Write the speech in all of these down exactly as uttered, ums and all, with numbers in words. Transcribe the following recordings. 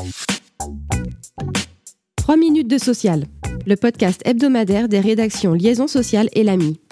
trois minutes de social, le podcast hebdomadaire des rédactions Liaison Sociale et l'A M I.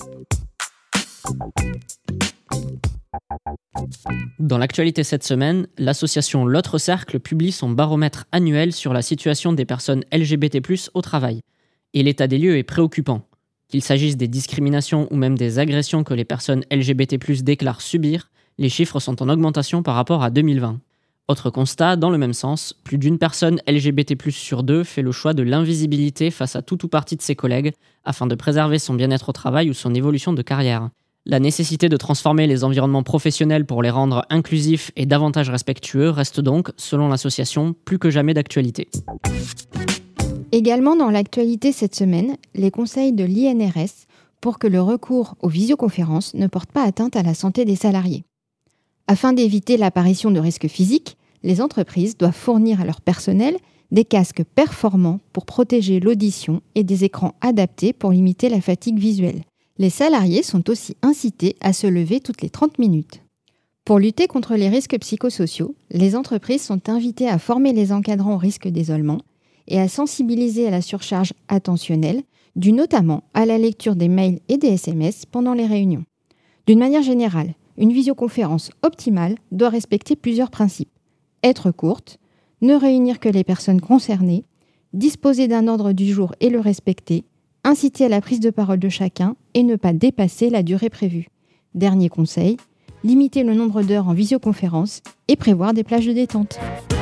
Dans l'actualité cette semaine, l'association L'Autre Cercle publie son baromètre annuel sur la situation des personnes L G B T plus, au travail. Et l'état des lieux est préoccupant. Qu'il s'agisse des discriminations ou même des agressions que les personnes L G B T plus déclarent subir, les chiffres sont en augmentation par rapport à deux mille vingt. Autre constat, dans le même sens, plus d'une personne L G B T plus sur deux fait le choix de l'invisibilité face à tout ou partie de ses collègues afin de préserver son bien-être au travail ou son évolution de carrière. La nécessité de transformer les environnements professionnels pour les rendre inclusifs et davantage respectueux reste donc, selon l'association, plus que jamais d'actualité. Également dans l'actualité cette semaine, les conseils de l'I N R S pour que le recours aux visioconférences ne porte pas atteinte à la santé des salariés. Afin d'éviter l'apparition de risques physiques, les entreprises doivent fournir à leur personnel des casques performants pour protéger l'audition et des écrans adaptés pour limiter la fatigue visuelle. Les salariés sont aussi incités à se lever toutes les trente minutes. Pour lutter contre les risques psychosociaux, les entreprises sont invitées à former les encadrants au risque d'isolement et à sensibiliser à la surcharge attentionnelle, due notamment à la lecture des mails et des S M S pendant les réunions. D'une manière générale, une visioconférence optimale doit respecter plusieurs principes. Être courte, ne réunir que les personnes concernées, disposer d'un ordre du jour et le respecter, inciter à la prise de parole de chacun et ne pas dépasser la durée prévue. Dernier conseil, limiter le nombre d'heures en visioconférence et prévoir des plages de détente.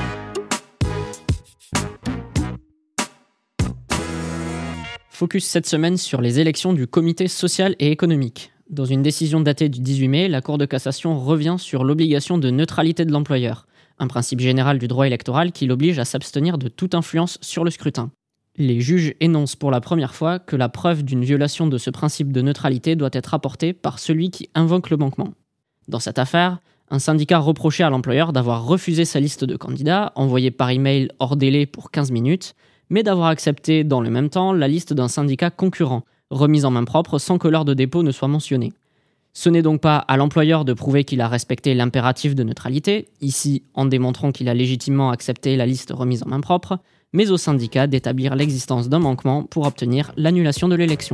Focus cette semaine sur les élections du Comité social et économique. Dans une décision datée du dix-huit mai, la Cour de cassation revient sur l'obligation de neutralité de l'employeur, un principe général du droit électoral qui l'oblige à s'abstenir de toute influence sur le scrutin. Les juges énoncent pour la première fois que la preuve d'une violation de ce principe de neutralité doit être apportée par celui qui invoque le manquement. Dans cette affaire, un syndicat reprochait à l'employeur d'avoir refusé sa liste de candidats, envoyée par email hors délai pour quinze minutes, mais d'avoir accepté dans le même temps la liste d'un syndicat concurrent, remise en main propre sans que l'heure de dépôt ne soit mentionnée. Ce n'est donc pas à l'employeur de prouver qu'il a respecté l'impératif de neutralité, ici en démontrant qu'il a légitimement accepté la liste remise en main propre, mais au syndicat d'établir l'existence d'un manquement pour obtenir l'annulation de l'élection.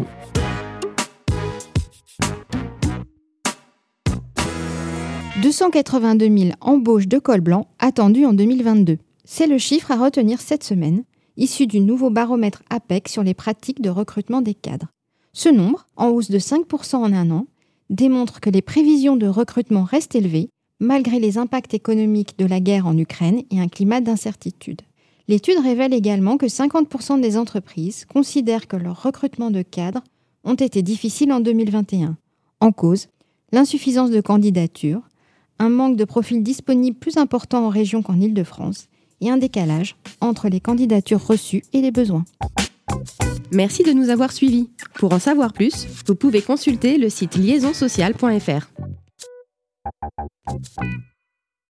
deux cent quatre-vingt-deux mille embauches de col blanc attendues en deux mille vingt-deux. C'est le chiffre à retenir cette semaine, issu du nouveau baromètre A P E C sur les pratiques de recrutement des cadres. Ce nombre, en hausse de cinq pour cent en un an, démontre que les prévisions de recrutement restent élevées, malgré les impacts économiques de la guerre en Ukraine et un climat d'incertitude. L'étude révèle également que cinquante pour cent des entreprises considèrent que leurs recrutements de cadres ont été difficiles en deux mille vingt et un. En cause, l'insuffisance de candidatures, un manque de profils disponibles plus important en région qu'en Île-de-France et un décalage entre les candidatures reçues et les besoins. Merci de nous avoir suivis. Pour en savoir plus, vous pouvez consulter le site liaison sociale point f r.